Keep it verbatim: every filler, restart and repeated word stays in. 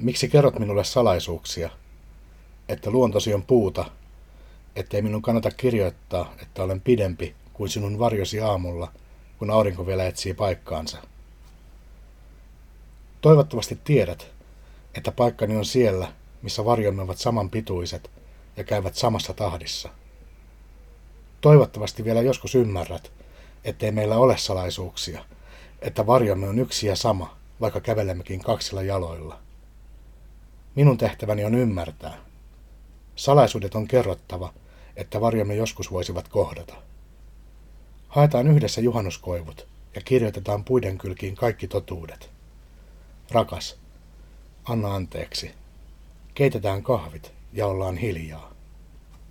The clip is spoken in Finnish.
Miksi kerrot minulle salaisuuksia, että luontosi on puuta, ettei minun kannata kirjoittaa, että olen pidempi kuin sinun varjosi aamulla, kun aurinko vielä etsii paikkaansa? Toivottavasti tiedät, että paikkani on siellä, missä varjomme ovat saman pituiset ja käyvät samassa tahdissa. Toivottavasti vielä joskus ymmärrät, ettei meillä ole salaisuuksia, että varjomme on yksi ja sama, vaikka kävelemmekin kaksilla jaloilla. Minun tehtäväni on ymmärtää. Salaisuudet on kerrottava, että varjomme joskus voisivat kohdata. Haetaan yhdessä juhannuskoivut ja kirjoitetaan puiden kylkiin kaikki totuudet. Rakas, anna anteeksi. Keitetään kahvit ja ollaan hiljaa.